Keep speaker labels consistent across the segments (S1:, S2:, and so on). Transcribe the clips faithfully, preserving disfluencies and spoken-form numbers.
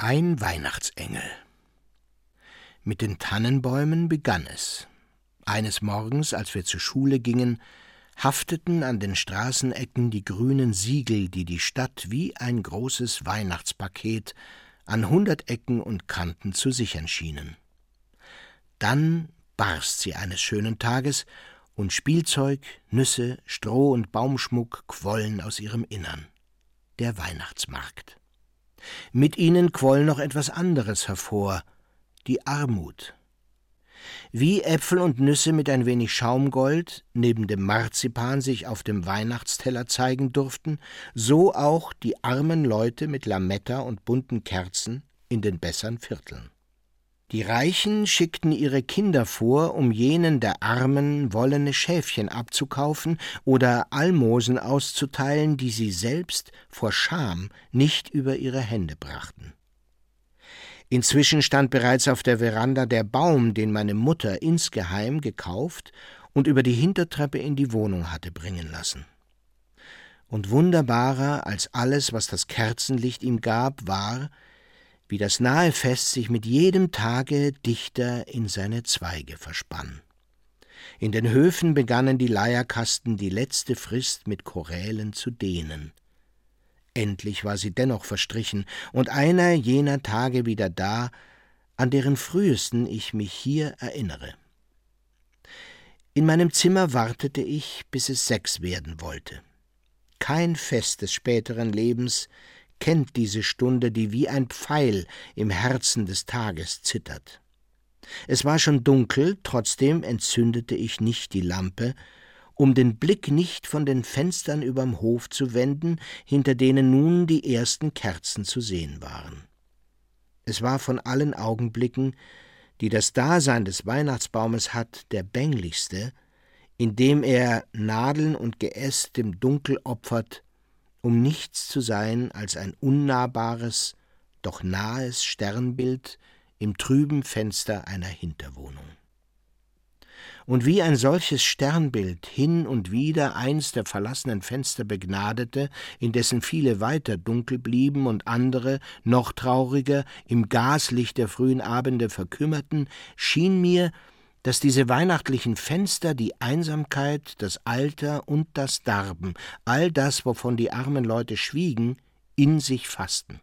S1: Ein Weihnachtsengel. Mit den Tannenbäumen begann es. Eines Morgens, als wir zur Schule gingen, hafteten an den Straßenecken die grünen Siegel, die die Stadt wie ein großes Weihnachtspaket an hundert Ecken und Kanten zu sichern schienen. Dann barst sie eines schönen Tages, und Spielzeug, Nüsse, Stroh und Baumschmuck quollen aus ihrem Innern. Der Weihnachtsmarkt. Mit ihnen quoll noch etwas anderes hervor, die Armut. Wie Äpfel und Nüsse mit ein wenig Schaumgold neben dem Marzipan sich auf dem Weihnachtsteller zeigen durften, so auch die armen Leute mit Lametta und bunten Kerzen in den besseren Vierteln. Die Reichen schickten ihre Kinder vor, um jenen der Armen wollene Schäfchen abzukaufen oder Almosen auszuteilen, die sie selbst vor Scham nicht über ihre Hände brachten. Inzwischen stand bereits auf der Veranda der Baum, den meine Mutter insgeheim gekauft und über die Hintertreppe in die Wohnung hatte bringen lassen. Und wunderbarer als alles, was das Kerzenlicht ihm gab, war, wie das nahe Fest sich mit jedem Tage dichter in seine Zweige verspann. In den Höfen begannen die Leierkasten die letzte Frist mit Chorälen zu dehnen. Endlich war sie dennoch verstrichen und einer jener Tage wieder da, an deren frühesten ich mich hier erinnere. In meinem Zimmer wartete ich, bis es sechs werden wollte. Kein Fest des späteren Lebens kennt diese Stunde, die wie ein Pfeil im Herzen des Tages zittert. Es war schon dunkel, trotzdem entzündete ich nicht die Lampe, um den Blick nicht von den Fenstern überm Hof zu wenden, hinter denen nun die ersten Kerzen zu sehen waren. Es war von allen Augenblicken, die das Dasein des Weihnachtsbaumes hat, der bänglichste, indem er Nadeln und Geäst dem Dunkel opfert, um nichts zu sein als ein unnahbares, doch nahes Sternbild im trüben Fenster einer Hinterwohnung. Und wie ein solches Sternbild hin und wieder eins der verlassenen Fenster begnadete, indessen viele weiter dunkel blieben und andere, noch trauriger, im Gaslicht der frühen Abende verkümmerten, schien mir, dass diese weihnachtlichen Fenster die Einsamkeit, das Alter und das Darben, all das, wovon die armen Leute schwiegen, in sich fassten.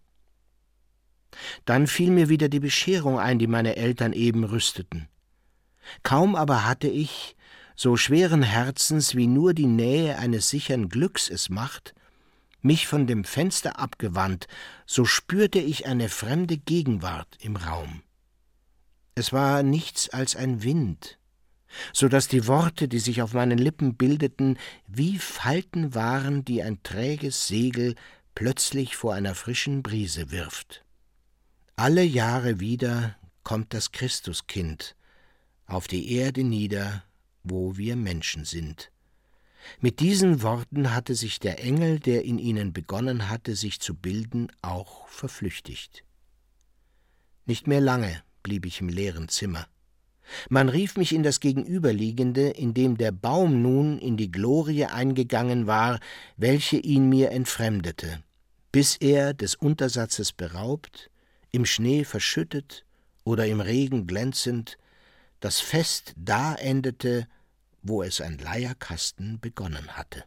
S1: Dann fiel mir wieder die Bescherung ein, die meine Eltern eben rüsteten. Kaum aber hatte ich, so schweren Herzens wie nur die Nähe eines sichern Glücks es macht, mich von dem Fenster abgewandt, so spürte ich eine fremde Gegenwart im Raum. Es war nichts als ein Wind, so daß die Worte, die sich auf meinen Lippen bildeten, wie Falten waren, die ein träges Segel plötzlich vor einer frischen Brise wirft. Alle Jahre wieder kommt das Christuskind auf die Erde nieder, wo wir Menschen sind. Mit diesen Worten hatte sich der Engel, der in ihnen begonnen hatte, sich zu bilden, auch verflüchtigt. Nicht mehr lange blieb ich im leeren Zimmer. Man rief mich in das Gegenüberliegende, in dem der Baum nun in die Glorie eingegangen war, welche ihn mir entfremdete, bis er des Untersatzes beraubt, im Schnee verschüttet oder im Regen glänzend, das Fest da endete, wo es ein Leierkasten begonnen hatte.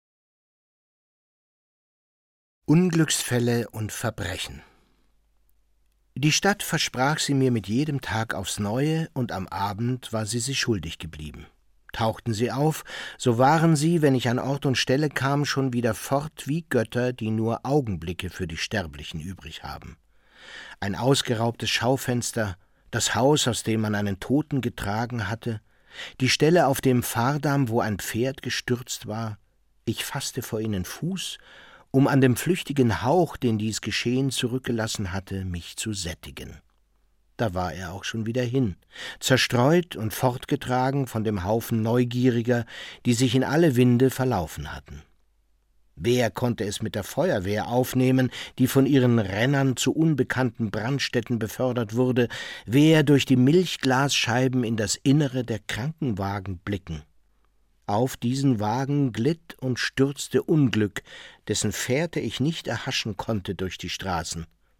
S1: Unglücksfälle und Verbrechen. Die Stadt versprach sie mir mit jedem Tag aufs Neue, und am Abend war sie sie schuldig geblieben. Tauchten sie auf, so waren sie, wenn ich an Ort und Stelle kam, schon wieder fort wie Götter, die nur Augenblicke für die Sterblichen übrig haben. Ein ausgeraubtes Schaufenster, das Haus, aus dem man einen Toten getragen hatte, die Stelle auf dem Fahrdamm, wo ein Pferd gestürzt war. Ich fasste vor ihnen Fuß, um an dem flüchtigen Hauch, den dies Geschehen zurückgelassen hatte, mich zu sättigen. Da war er auch schon wieder hin, zerstreut und fortgetragen von dem Haufen Neugieriger, die sich in alle Winde verlaufen hatten. Wer konnte es mit der Feuerwehr aufnehmen, die von ihren Rennern zu unbekannten Brandstätten befördert wurde, wer durch die Milchglasscheiben in das Innere der Krankenwagen blicken? Auf diesen Wagen glitt und stürzte Unglück, dessen Fährte ich nicht erhaschen konnte durch die Straßen.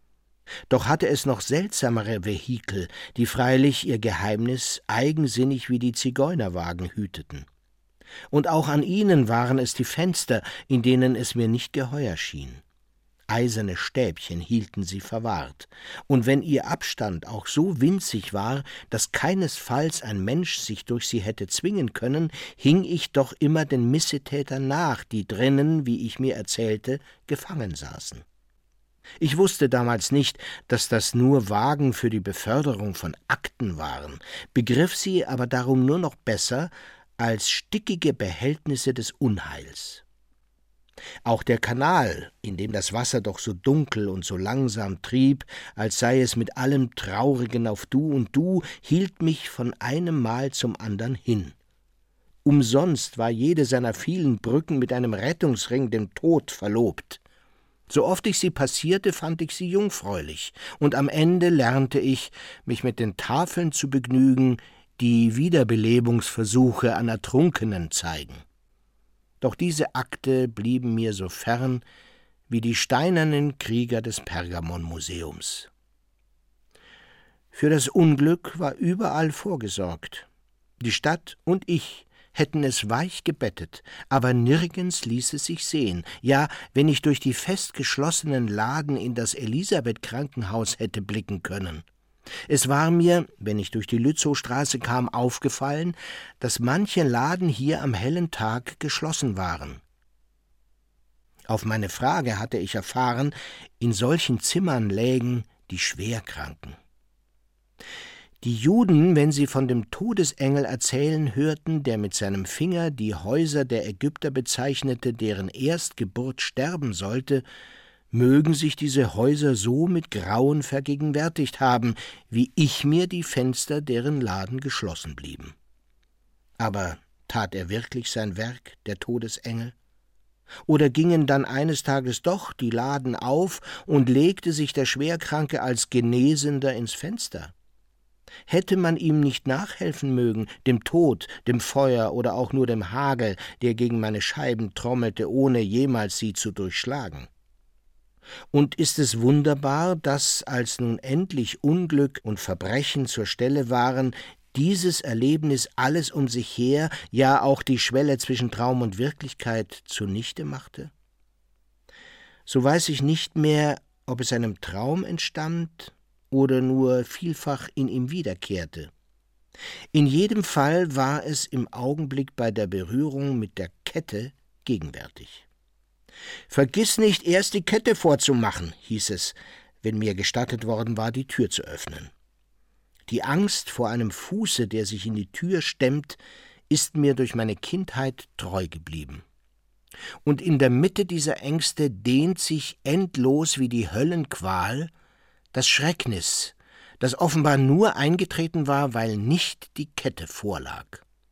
S1: Doch hatte es noch seltsamere Vehikel, die freilich ihr Geheimnis eigensinnig wie die Zigeunerwagen hüteten. Und auch an ihnen waren es die Fenster, in denen es mir nicht geheuer schien. Eiserne Stäbchen hielten sie verwahrt, und wenn ihr Abstand auch so winzig war, dass keinesfalls ein Mensch sich durch sie hätte zwingen können, hing ich doch immer den Missetätern nach, die drinnen, wie ich mir erzählte, gefangen saßen. Ich wusste damals nicht, dass das nur Wagen für die Beförderung von Akten waren, begriff sie aber darum nur noch besser als stickige Behältnisse des Unheils. Auch der Kanal, in dem das Wasser doch so dunkel und so langsam trieb, als sei es mit allem Traurigen auf Du und Du, hielt mich von einem Mal zum andern hin. Umsonst war jede seiner vielen Brücken mit einem Rettungsring dem Tod verlobt. So oft ich sie passierte, fand ich sie jungfräulich, und am Ende lernte ich, mich mit den Tafeln zu begnügen, die Wiederbelebungsversuche an Ertrunkenen zeigen. Doch diese Akte blieben mir so fern wie die steinernen Krieger des Pergamon-Museums. Für das Unglück war überall vorgesorgt. Die Stadt und ich hätten es weich gebettet, aber nirgends ließ es sich sehen. Ja, wenn ich durch die fest geschlossenen Laden in das Elisabeth-Krankenhaus hätte blicken können. Es war mir, wenn ich durch die Lützowstraße kam, aufgefallen, dass manche Laden hier am hellen Tag geschlossen waren. Auf meine Frage hatte ich erfahren, in solchen Zimmern lägen die Schwerkranken. Die Juden, wenn sie von dem Todesengel erzählen hörten, der mit seinem Finger die Häuser der Ägypter bezeichnete, deren Erstgeburt sterben sollte, mögen sich diese Häuser so mit Grauen vergegenwärtigt haben, wie ich mir die Fenster, deren Laden geschlossen blieben. Aber tat er wirklich sein Werk, der Todesengel? Oder gingen dann eines Tages doch die Laden auf und legte sich der Schwerkranke als Genesender ins Fenster? Hätte man ihm nicht nachhelfen mögen, dem Tod, dem Feuer oder auch nur dem Hagel, der gegen meine Scheiben trommelte, ohne jemals sie zu durchschlagen? Und ist es wunderbar, dass, als nun endlich Unglück und Verbrechen zur Stelle waren, dieses Erlebnis alles um sich her, ja auch die Schwelle zwischen Traum und Wirklichkeit zunichte machte? So weiß ich nicht mehr, ob es einem Traum entstammt oder nur vielfach in ihm wiederkehrte. In jedem Fall war es im Augenblick bei der Berührung mit der Kette gegenwärtig. »Vergiss nicht, erst die Kette vorzumachen«, hieß es, wenn mir gestattet worden war, die Tür zu öffnen. Die Angst vor einem Fuße, der sich in die Tür stemmt, ist mir durch meine Kindheit treu geblieben. Und in der Mitte dieser Ängste dehnt sich endlos wie die Höllenqual das Schrecknis, das offenbar nur eingetreten war, weil nicht die Kette vorlag.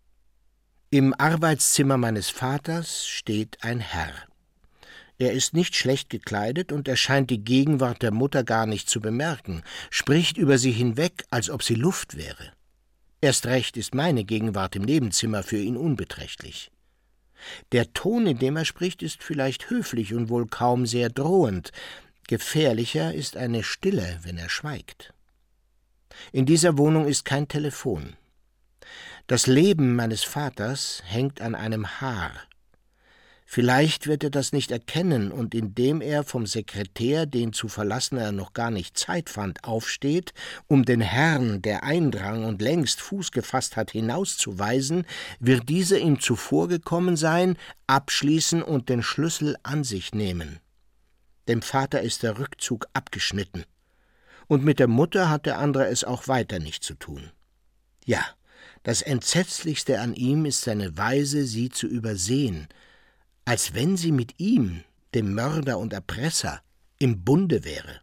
S1: Im Arbeitszimmer meines Vaters steht ein Herr. Er ist nicht schlecht gekleidet und er scheint die Gegenwart der Mutter gar nicht zu bemerken, spricht über sie hinweg, als ob sie Luft wäre. Erst recht ist meine Gegenwart im Nebenzimmer für ihn unbeträchtlich. Der Ton, in dem er spricht, ist vielleicht höflich und wohl kaum sehr drohend. Gefährlicher ist eine Stille, wenn er schweigt. In dieser Wohnung ist kein Telefon. Das Leben meines Vaters hängt an einem Haar. Vielleicht wird er das nicht erkennen, und indem er vom Sekretär, den zu verlassen er noch gar nicht Zeit fand, aufsteht, um den Herrn, der eindrang und längst Fuß gefasst hat, hinauszuweisen, wird dieser ihm zuvorgekommen sein, abschließen und den Schlüssel an sich nehmen. Dem Vater ist der Rückzug abgeschnitten, und mit der Mutter hat der andere es auch weiter nicht zu tun. Ja, das Entsetzlichste an ihm ist seine Weise, sie zu übersehen, als wenn sie mit ihm, dem Mörder und Erpresser, im Bunde wäre.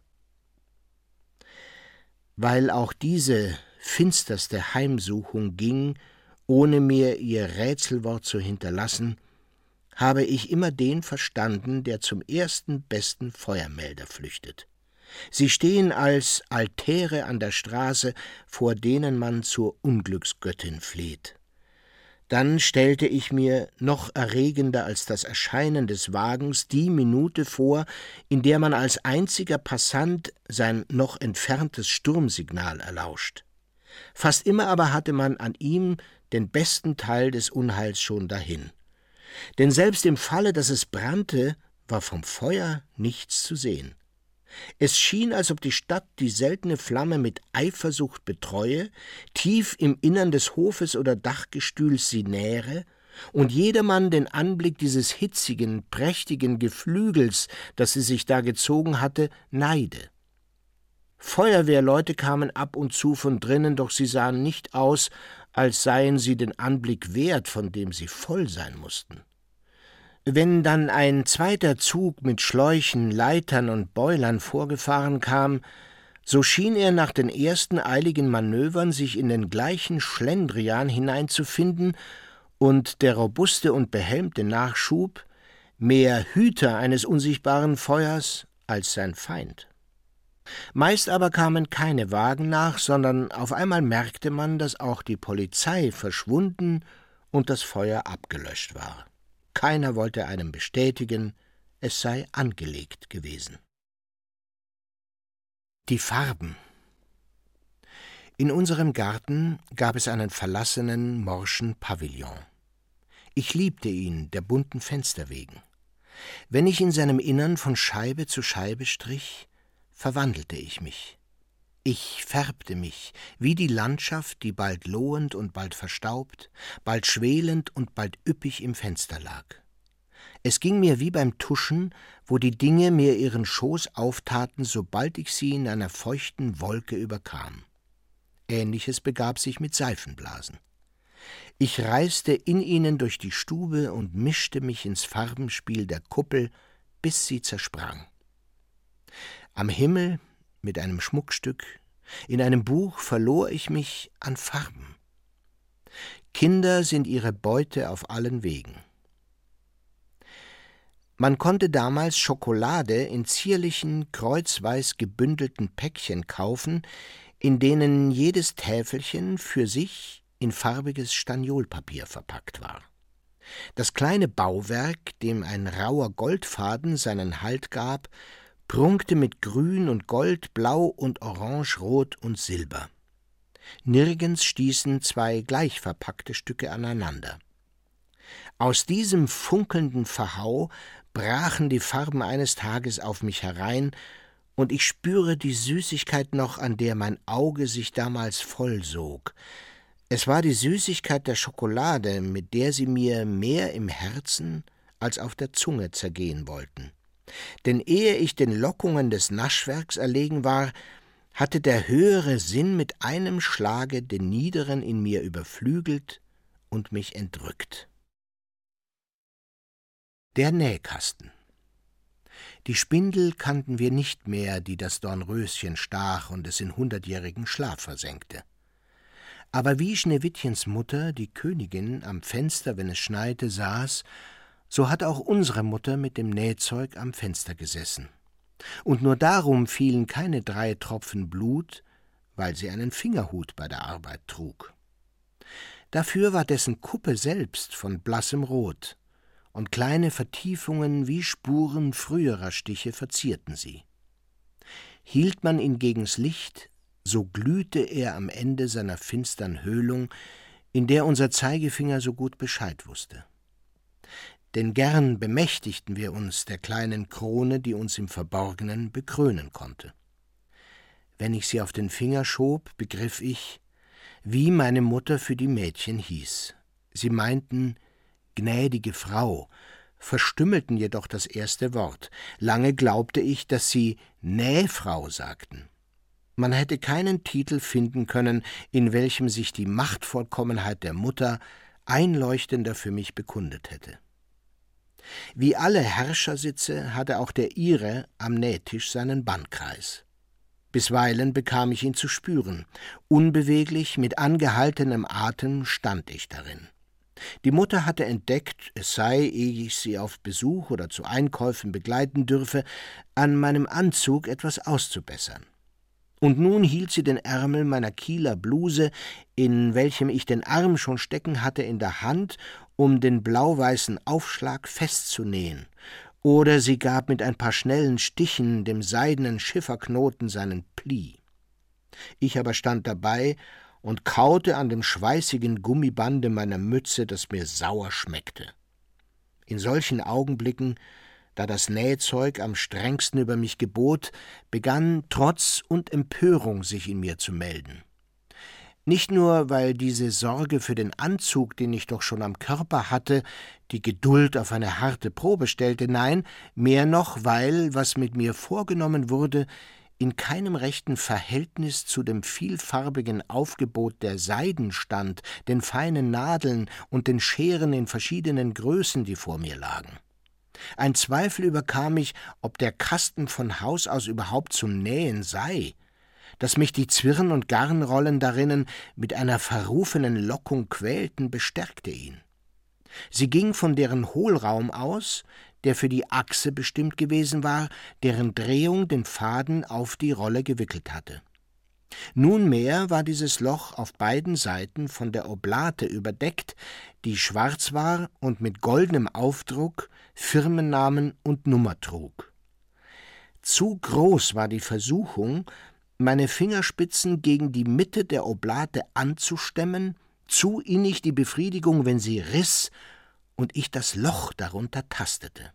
S1: Weil auch diese finsterste Heimsuchung ging, ohne mir ihr Rätselwort zu hinterlassen, habe ich immer den verstanden, der zum ersten besten Feuermelder flüchtet. Sie stehen als Altäre an der Straße, vor denen man zur Unglücksgöttin fleht. Dann stellte ich mir, noch erregender als das Erscheinen des Wagens, die Minute vor, in der man als einziger Passant sein noch entferntes Sturmsignal erlauscht. Fast immer aber hatte man an ihm den besten Teil des Unheils schon dahin. Denn selbst im Falle, dass es brannte, war vom Feuer nichts zu sehen. Es schien, als ob die Stadt die seltene Flamme mit Eifersucht betreue, tief im Innern des Hofes oder Dachgestühls sie nähre und jedermann den Anblick dieses hitzigen, prächtigen Geflügels, das sie sich da gezogen hatte, neide. Feuerwehrleute kamen ab und zu von drinnen, doch sie sahen nicht aus, als seien sie den Anblick wert, von dem sie voll sein mussten. Wenn dann ein zweiter Zug mit Schläuchen, Leitern und Boilern vorgefahren kam, so schien er nach den ersten eiligen Manövern sich in den gleichen Schlendrian hineinzufinden und der robuste und behelmte Nachschub mehr Hüter eines unsichtbaren Feuers als sein Feind. Meist aber kamen keine Wagen nach, sondern auf einmal merkte man, dass auch die Polizei verschwunden und das Feuer abgelöscht war. Keiner wollte einem bestätigen, es sei angelegt gewesen. Die Farben. In unserem Garten gab es einen verlassenen, morschen Pavillon. Ich liebte ihn, der bunten Fenster wegen. Wenn ich in seinem Innern von Scheibe zu Scheibe strich, verwandelte ich mich. Ich färbte mich, wie die Landschaft, die bald lohend und bald verstaubt, bald schwelend und bald üppig im Fenster lag. Es ging mir wie beim Tuschen, wo die Dinge mir ihren Schoß auftaten, sobald ich sie in einer feuchten Wolke überkam. Ähnliches begab sich mit Seifenblasen. Ich reiste in ihnen durch die Stube und mischte mich ins Farbenspiel der Kuppel, bis sie zersprang. Am Himmel, mit einem Schmuckstück, in einem Buch verlor ich mich an Farben. Kinder sind ihre Beute auf allen Wegen. Man konnte damals Schokolade in zierlichen, kreuzweis gebündelten Päckchen kaufen, in denen jedes Täfelchen für sich in farbiges Staniolpapier verpackt war. Das kleine Bauwerk, dem ein rauer Goldfaden seinen Halt gab, prunkte mit Grün und Gold, Blau und Orange, Rot und Silber. Nirgends stießen zwei gleich verpackte Stücke aneinander. Aus diesem funkelnden Verhau brachen die Farben eines Tages auf mich herein, und ich spüre die Süßigkeit noch, an der mein Auge sich damals vollsog. Es war die Süßigkeit der Schokolade, mit der sie mir mehr im Herzen als auf der Zunge zergehen wollten. Denn ehe ich den Lockungen des Naschwerks erlegen war, hatte der höhere Sinn mit einem Schlage den niederen in mir überflügelt und mich entrückt. Der Nähkasten. Die Spindel kannten wir nicht mehr, die das Dornröschen stach und es in hundertjährigen Schlaf versenkte. Aber wie Schneewittchens Mutter, die Königin, am Fenster, wenn es schneite, saß, so hat auch unsere Mutter mit dem Nähzeug am Fenster gesessen. Und nur darum fielen keine drei Tropfen Blut, weil sie einen Fingerhut bei der Arbeit trug. Dafür war dessen Kuppe selbst von blassem Rot, und kleine Vertiefungen wie Spuren früherer Stiche verzierten sie. Hielt man ihn gegens Licht, so glühte er am Ende seiner finstern Höhlung, in der unser Zeigefinger so gut Bescheid wusste. Denn gern bemächtigten wir uns der kleinen Krone, die uns im Verborgenen bekrönen konnte. Wenn ich sie auf den Finger schob, begriff ich, wie meine Mutter für die Mädchen hieß. Sie meinten gnädige Frau, verstümmelten jedoch das erste Wort. Lange glaubte ich, dass sie Nähfrau sagten. Man hätte keinen Titel finden können, in welchem sich die Machtvollkommenheit der Mutter einleuchtender für mich bekundet hätte. Wie alle Herrschersitze hatte auch der ihre am Nähtisch seinen Bannkreis. Bisweilen bekam ich ihn zu spüren. Unbeweglich, mit angehaltenem Atem stand ich darin. Die Mutter hatte entdeckt, es sei, ehe ich sie auf Besuch oder zu Einkäufen begleiten dürfe, an meinem Anzug etwas auszubessern. Und nun hielt sie den Ärmel meiner Kieler Bluse, in welchem ich den Arm schon stecken hatte, in der Hand, um den blau-weißen Aufschlag festzunähen, oder sie gab mit ein paar schnellen Stichen dem seidenen Schifferknoten seinen Pli. Ich aber stand dabei und kaute an dem schweißigen Gummibande meiner Mütze, das mir sauer schmeckte. In solchen Augenblicken, da das Nähzeug am strengsten über mich gebot, begann Trotz und Empörung sich in mir zu melden. Nicht nur, weil diese Sorge für den Anzug, den ich doch schon am Körper hatte, die Geduld auf eine harte Probe stellte, nein, mehr noch, weil, was mit mir vorgenommen wurde, in keinem rechten Verhältnis zu dem vielfarbigen Aufgebot der Seiden stand, den feinen Nadeln und den Scheren in verschiedenen Größen, die vor mir lagen. Ein Zweifel überkam mich, ob der Kasten von Haus aus überhaupt zum Nähen sei, dass mich die Zwirn- und Garnrollen darinnen mit einer verrufenen Lockung quälten, bestärkte ihn. Sie ging von deren Hohlraum aus, der für die Achse bestimmt gewesen war, deren Drehung den Faden auf die Rolle gewickelt hatte. Nunmehr war dieses Loch auf beiden Seiten von der Oblate überdeckt, die schwarz war und mit goldenem Aufdruck Firmennamen und Nummer trug. Zu groß war die Versuchung, meine Fingerspitzen gegen die Mitte der Oblate anzustemmen, zu innig die Befriedigung, wenn sie riss und ich das Loch darunter tastete.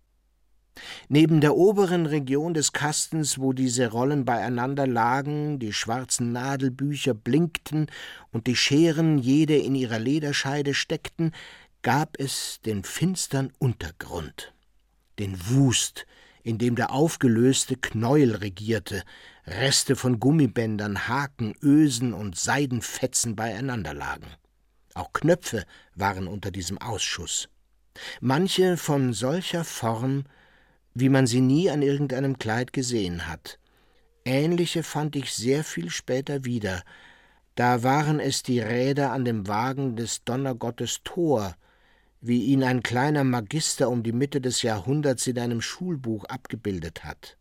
S1: Neben der oberen Region des Kastens, wo diese Rollen beieinander lagen, die schwarzen Nadelbücher blinkten und die Scheren jede in ihrer Lederscheide steckten, gab es den finstern Untergrund, den Wust, in dem der aufgelöste Knäuel regierte, Reste von Gummibändern, Haken, Ösen und Seidenfetzen beieinander lagen. Auch Knöpfe waren unter diesem Ausschuss. Manche von solcher Form, wie man sie nie an irgendeinem Kleid gesehen hat. Ähnliche fand ich sehr viel später wieder. Da waren es die Räder an dem Wagen des Donnergottes Thor, wie ihn ein kleiner Magister um die Mitte des Jahrhunderts in einem Schulbuch abgebildet hat.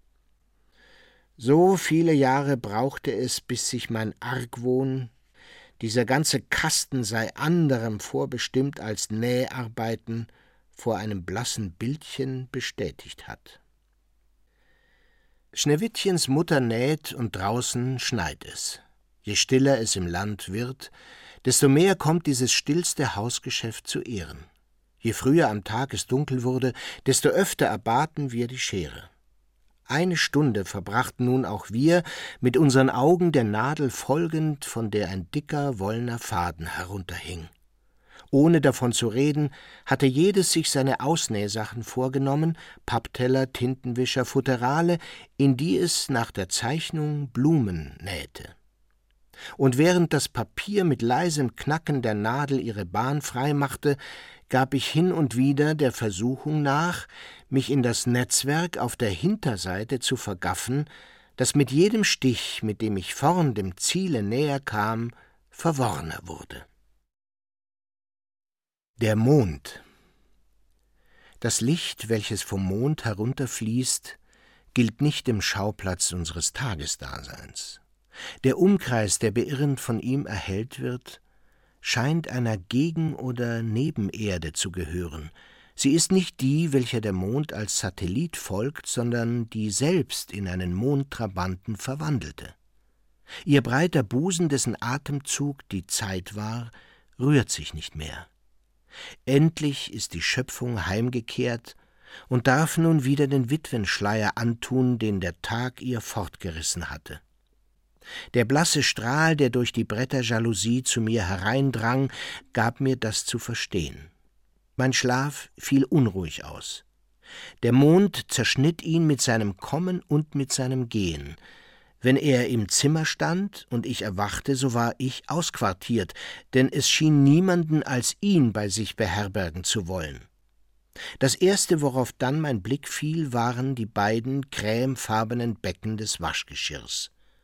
S1: So viele Jahre brauchte es, bis sich mein Argwohn, dieser ganze Kasten sei anderem vorbestimmt als Näharbeiten, vor einem blassen Bildchen bestätigt hat. Schneewittchens Mutter näht und draußen schneit es. Je stiller es im Land wird, desto mehr kommt dieses stillste Hausgeschäft zu Ehren. Je früher am Tag es dunkel wurde, desto öfter erbaten wir die Schere. Eine Stunde verbrachten nun auch wir, mit unseren Augen der Nadel folgend, von der ein dicker, wollener Faden herunterhing. Ohne davon zu reden, hatte jedes sich seine Ausnähsachen vorgenommen, Pappteller, Tintenwischer, Futterale, in die es nach der Zeichnung Blumen nähte. Und während das Papier mit leisem Knacken der Nadel ihre Bahn frei machte, gab ich hin und wieder der Versuchung nach, mich in das Netzwerk auf der Hinterseite zu vergaffen, das mit jedem Stich, mit dem ich vorn dem Ziele näher kam, verworrener wurde. Der Mond. Das Licht, welches vom Mond herunterfließt, gilt nicht dem Schauplatz unseres Tagesdaseins. Der Umkreis, der beirrend von ihm erhellt wird, scheint einer Gegen- oder Nebenerde zu gehören. Sie ist nicht die, welcher der Mond als Satellit folgt, sondern die selbst in einen Mondtrabanten verwandelte. Ihr breiter Busen, dessen Atemzug die Zeit war, rührt sich nicht mehr. Endlich ist die Schöpfung heimgekehrt und darf nun wieder den Witwenschleier antun, den der Tag ihr fortgerissen hatte. Der blasse Strahl, der durch die Bretterjalousie zu mir hereindrang, gab mir das zu verstehen. Mein Schlaf fiel unruhig aus. Der Mond zerschnitt ihn mit seinem Kommen und mit seinem Gehen. Wenn er im Zimmer stand und ich erwachte, so war ich ausquartiert, denn es schien niemanden als ihn bei sich beherbergen zu wollen. Das erste, worauf dann mein Blick fiel, waren die beiden cremefarbenen Becken des Waschgeschirrs.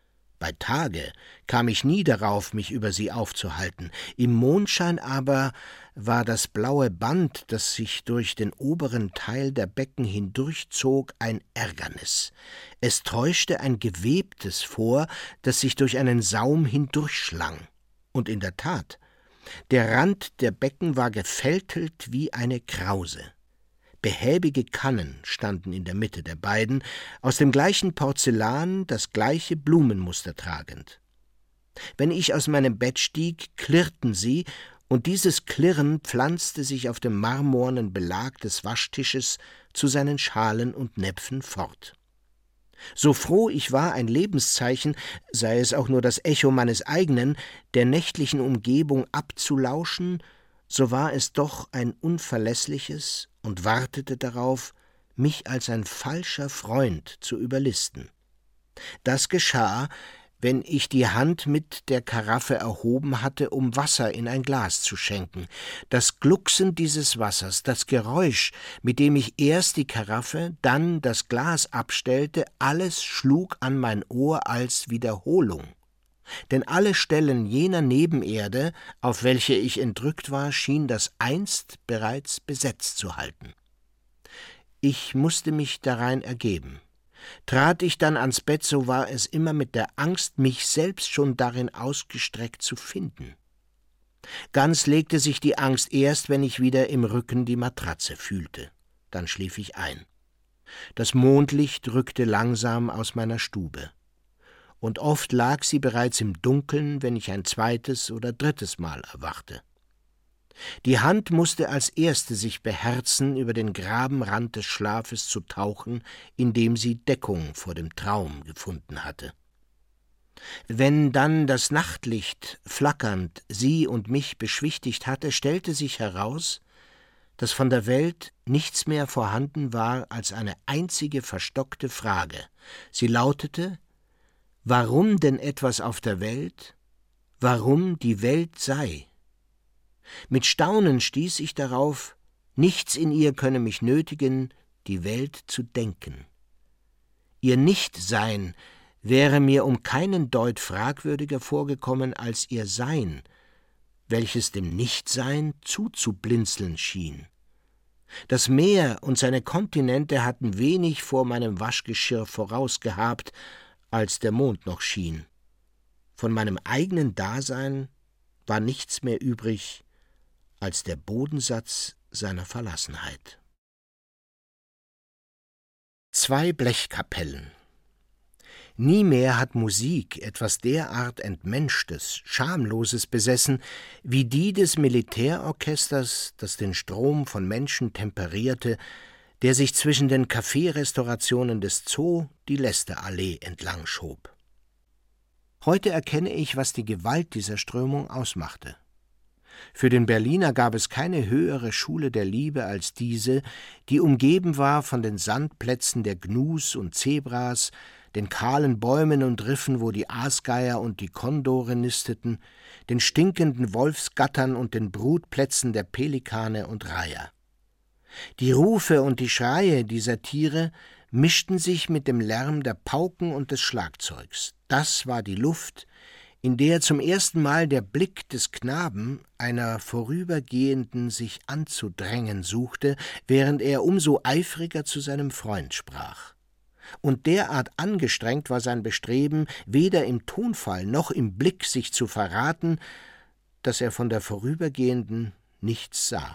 S1: Bei Tage kam ich nie darauf, mich über sie aufzuhalten. Im Mondschein aber war das blaue Band, das sich durch den oberen Teil der Becken hindurchzog, ein Ärgernis. Es täuschte ein Gewebtes vor, das sich durch einen Saum hindurchschlang. Und in der Tat, der Rand der Becken war gefältelt wie eine Krause. Behäbige Kannen standen in der Mitte der beiden, aus dem gleichen Porzellan, das gleiche Blumenmuster tragend. Wenn ich aus meinem Bett stieg, klirrten sie, und dieses Klirren pflanzte sich auf dem marmornen Belag des Waschtisches zu seinen Schalen und Näpfen fort. So froh ich war, ein Lebenszeichen, sei es auch nur das Echo meines eigenen, der nächtlichen Umgebung abzulauschen, so war es doch ein unverlässliches und wartete darauf, mich als ein falscher Freund zu überlisten. Das geschah, wenn ich die Hand mit der Karaffe erhoben hatte, um Wasser in ein Glas zu schenken. Das Glucksen dieses Wassers, das Geräusch, mit dem ich erst die Karaffe, dann das Glas abstellte, alles schlug an mein Ohr als Wiederholung. Denn alle Stellen jener Nebenerde, auf welche ich entrückt war, schien das einst bereits besetzt zu halten. Ich mußte mich darein ergeben. Trat ich dann ans Bett, so war es immer mit der Angst, mich selbst schon darin ausgestreckt zu finden. Ganz legte sich die Angst erst, wenn ich wieder im Rücken die Matratze fühlte. Dann schlief ich ein. Das Mondlicht rückte langsam aus meiner Stube. Und oft lag sie bereits im Dunkeln, wenn ich ein zweites oder drittes Mal erwachte. Die Hand musste als erste sich beherzen, über den Grabenrand des Schlafes zu tauchen, in dem sie Deckung vor dem Traum gefunden hatte. Wenn dann das Nachtlicht flackernd sie und mich beschwichtigt hatte, stellte sich heraus, dass von der Welt nichts mehr vorhanden war als eine einzige verstockte Frage. Sie lautete: Warum denn etwas auf der Welt? Warum die Welt sei? Mit Staunen stieß ich darauf, nichts in ihr könne mich nötigen, die Welt zu denken. Ihr Nichtsein wäre mir um keinen Deut fragwürdiger vorgekommen als ihr Sein, welches dem Nichtsein zuzublinzeln schien. Das Meer und seine Kontinente hatten wenig vor meinem Waschgeschirr vorausgehabt, als der Mond noch schien. Von meinem eigenen Dasein war nichts mehr übrig als der Bodensatz seiner Verlassenheit. Zwei Blechkapellen. Nie mehr hat Musik etwas derart Entmenschtes, Schamloses besessen, wie die des Militärorchesters, das den Strom von Menschen temperierte, der sich zwischen den Kaffeerestaurationen des Zoo die Lästerallee entlang schob. Heute erkenne ich, was die Gewalt dieser Strömung ausmachte. Für den Berliner gab es keine höhere Schule der Liebe als diese, die umgeben war von den Sandplätzen der Gnus und Zebras, den kahlen Bäumen und Riffen, wo die Aasgeier und die Kondore nisteten, den stinkenden Wolfsgattern und den Brutplätzen der Pelikane und Reiher. Die Rufe und die Schreie dieser Tiere mischten sich mit dem Lärm der Pauken und des Schlagzeugs. Das war die Luft, in der zum ersten Mal der Blick des Knaben einer Vorübergehenden sich anzudrängen suchte, während er umso eifriger zu seinem Freund sprach. Und derart angestrengt war sein Bestreben, weder im Tonfall noch im Blick sich zu verraten, dass er von der Vorübergehenden nichts sah.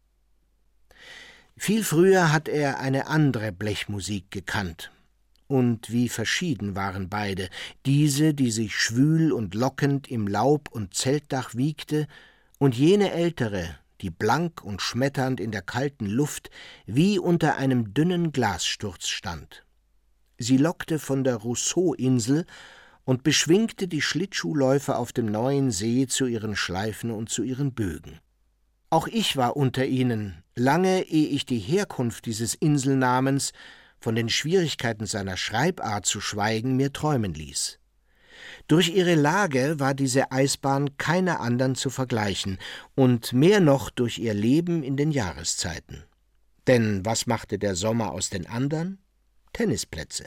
S1: Viel früher hat er eine andere Blechmusik gekannt. Und wie verschieden waren beide, diese, die sich schwül und lockend im Laub und Zeltdach wiegte, und jene ältere, die blank und schmetternd in der kalten Luft wie unter einem dünnen Glassturz stand. Sie lockte von der Rousseau-Insel und beschwingte die Schlittschuhläufer auf dem neuen See zu ihren Schleifen und zu ihren Bögen. Auch ich war unter ihnen, lange ehe ich die Herkunft dieses Inselnamens, von den Schwierigkeiten seiner Schreibart zu schweigen, mir träumen ließ. Durch ihre Lage war diese Eisbahn keiner anderen zu vergleichen und mehr noch durch ihr Leben in den Jahreszeiten. Denn was machte der Sommer aus den andern? Tennisplätze.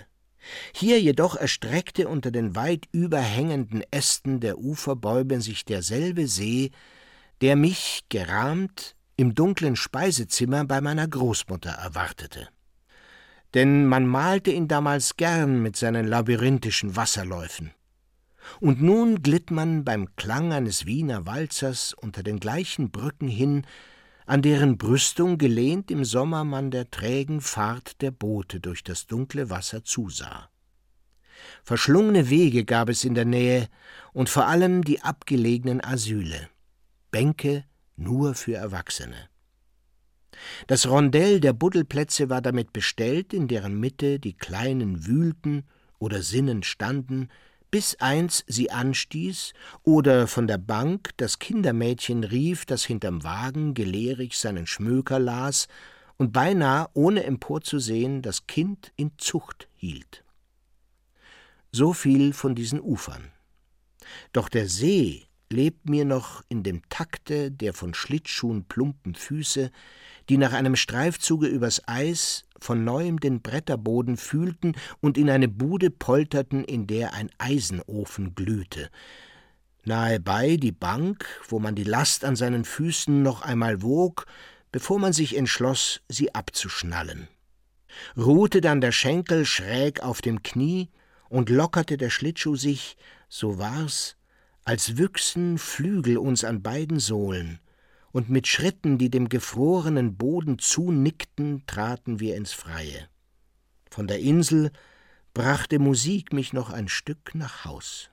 S1: Hier jedoch erstreckte unter den weit überhängenden Ästen der Uferbäume sich derselbe See, der mich, gerahmt, im dunklen Speisezimmer bei meiner Großmutter erwartete. Denn man malte ihn damals gern mit seinen labyrinthischen Wasserläufen. Und nun glitt man beim Klang eines Wiener Walzers unter den gleichen Brücken hin, an deren Brüstung gelehnt im Sommer man der trägen Fahrt der Boote durch das dunkle Wasser zusah. Verschlungene Wege gab es in der Nähe und vor allem die abgelegenen Asyle, Bänke nur für Erwachsene. Das Rondell der Buddelplätze war damit bestellt, in deren Mitte die Kleinen wühlten oder sinnend standen, bis eins sie anstieß oder von der Bank das Kindermädchen rief, das hinterm Wagen gelehrig seinen Schmöker las und beinahe, ohne emporzusehen, das Kind in Zucht hielt. So viel von diesen Ufern. Doch der See lebt mir noch in dem Takte der von Schlittschuhen plumpen Füße, die nach einem Streifzuge übers Eis von neuem den Bretterboden fühlten und in eine Bude polterten, in der ein Eisenofen glühte. Nahebei die Bank, wo man die Last an seinen Füßen noch einmal wog, bevor man sich entschloss, sie abzuschnallen. Ruhte dann der Schenkel schräg auf dem Knie und lockerte der Schlittschuh sich, so war's, als wüchsen Flügel uns an beiden Sohlen, und mit Schritten, die dem gefrorenen Boden zunickten, traten wir ins Freie. Von der Insel brachte Musik mich noch ein Stück nach Haus.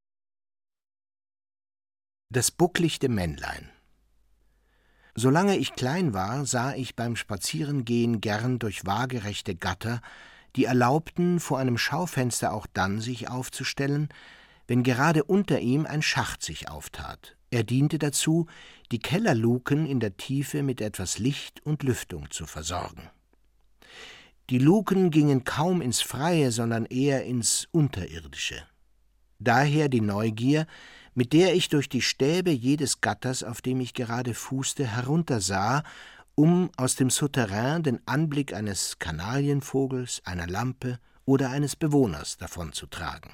S1: Das bucklichte Männlein. Solange ich klein war, sah ich beim Spazierengehen gern durch waagerechte Gatter, die erlaubten, vor einem Schaufenster auch dann sich aufzustellen, wenn gerade unter ihm ein Schacht sich auftat. Er diente dazu, die Kellerluken in der Tiefe mit etwas Licht und Lüftung zu versorgen. Die Luken gingen kaum ins Freie, sondern eher ins Unterirdische. Daher die Neugier, mit der ich durch die Stäbe jedes Gatters, auf dem ich gerade fußte, heruntersah, um aus dem Souterrain den Anblick eines Kanarienvogels, einer Lampe oder eines Bewohners davonzutragen.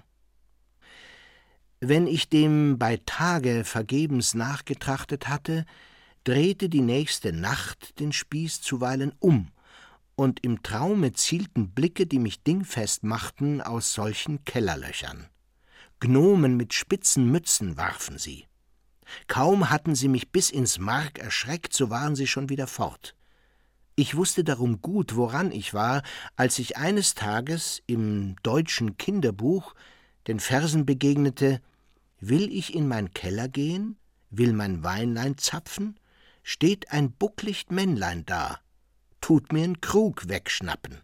S1: Wenn ich dem bei Tage vergebens nachgetrachtet hatte, drehte die nächste Nacht den Spieß zuweilen um, und im Traume zielten Blicke, die mich dingfest machten, aus solchen Kellerlöchern. Gnomen mit spitzen Mützen warfen sie. Kaum hatten sie mich bis ins Mark erschreckt, so waren sie schon wieder fort. Ich wusste darum gut, woran ich war, als ich eines Tages im deutschen Kinderbuch den Versen begegnete: »Will ich in mein Keller gehen, will mein Weinlein zapfen, steht ein bucklicht Männlein da, tut mir 'n Krug wegschnappen.«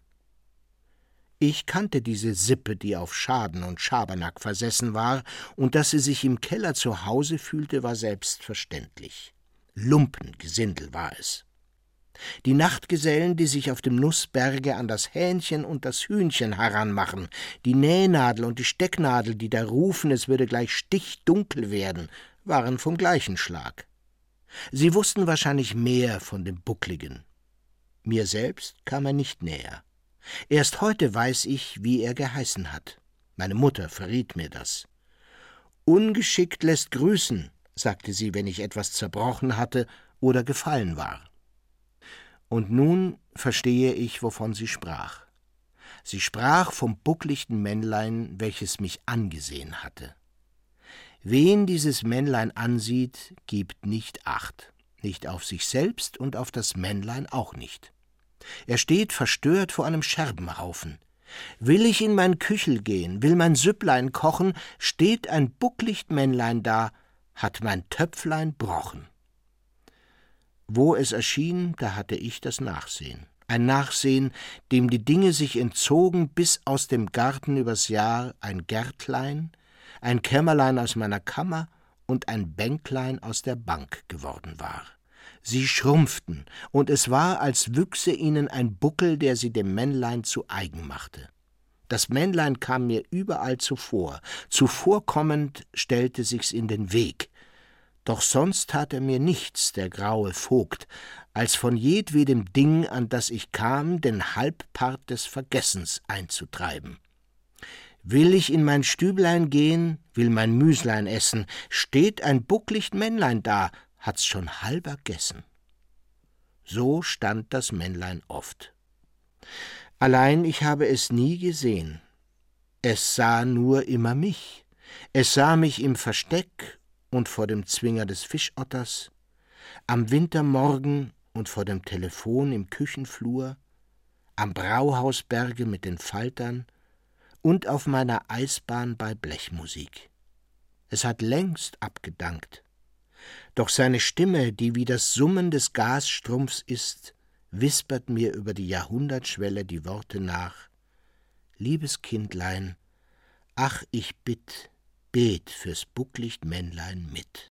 S1: Ich kannte diese Sippe, die auf Schaden und Schabernack versessen war, und dass sie sich im Keller zu Hause fühlte, war selbstverständlich. Lumpengesindel war es. Die Nachtgesellen, die sich auf dem Nußberge an das Hähnchen und das Hühnchen heranmachen, die Nähnadel und die Stecknadel, die da rufen, es würde gleich stichdunkel werden, waren vom gleichen Schlag. Sie wussten wahrscheinlich mehr von dem Buckligen. Mir selbst kam er nicht näher. Erst heute weiß ich, wie er geheißen hat. Meine Mutter verriet mir das. »Ungeschickt lässt grüßen«, sagte sie, wenn ich etwas zerbrochen hatte oder gefallen war. Und nun verstehe ich, wovon sie sprach. Sie sprach vom bucklichten Männlein, welches mich angesehen hatte. Wen dieses Männlein ansieht, gibt nicht Acht, nicht auf sich selbst und auf das Männlein auch nicht. Er steht verstört vor einem Scherbenhaufen. Will ich in mein Küchel gehen, will mein Süpplein kochen, steht ein bucklicht Männlein da, hat mein Töpflein brochen. Wo es erschien, da hatte ich das Nachsehen. Ein Nachsehen, dem die Dinge sich entzogen, bis aus dem Garten übers Jahr ein Gärtlein, ein Kämmerlein aus meiner Kammer und ein Bänklein aus der Bank geworden war. Sie schrumpften, und es war, als wüchse ihnen ein Buckel, der sie dem Männlein zu eigen machte. Das Männlein kam mir überall zuvor, zuvorkommend stellte sich's in den Weg. Doch sonst tat er mir nichts, der graue Vogt, als von jedwedem Ding, an das ich kam, den Halbpart des Vergessens einzutreiben. Will ich in mein Stüblein gehen, will mein Müslein essen, steht ein bucklicht Männlein da, hat's schon halber gessen. So stand das Männlein oft. Allein ich habe es nie gesehen. Es sah nur immer mich. Es sah mich im Versteck und vor dem Zwinger des Fischotters, am Wintermorgen und vor dem Telefon im Küchenflur, am Brauhausberge mit den Faltern und auf meiner Eisbahn bei Blechmusik. Es hat längst abgedankt. Doch seine Stimme, die wie das Summen des Gasstrumpfs ist, wispert mir über die Jahrhundertschwelle die Worte nach: Liebes Kindlein, ach, ich bitt, bet fürs bucklicht Männlein mit.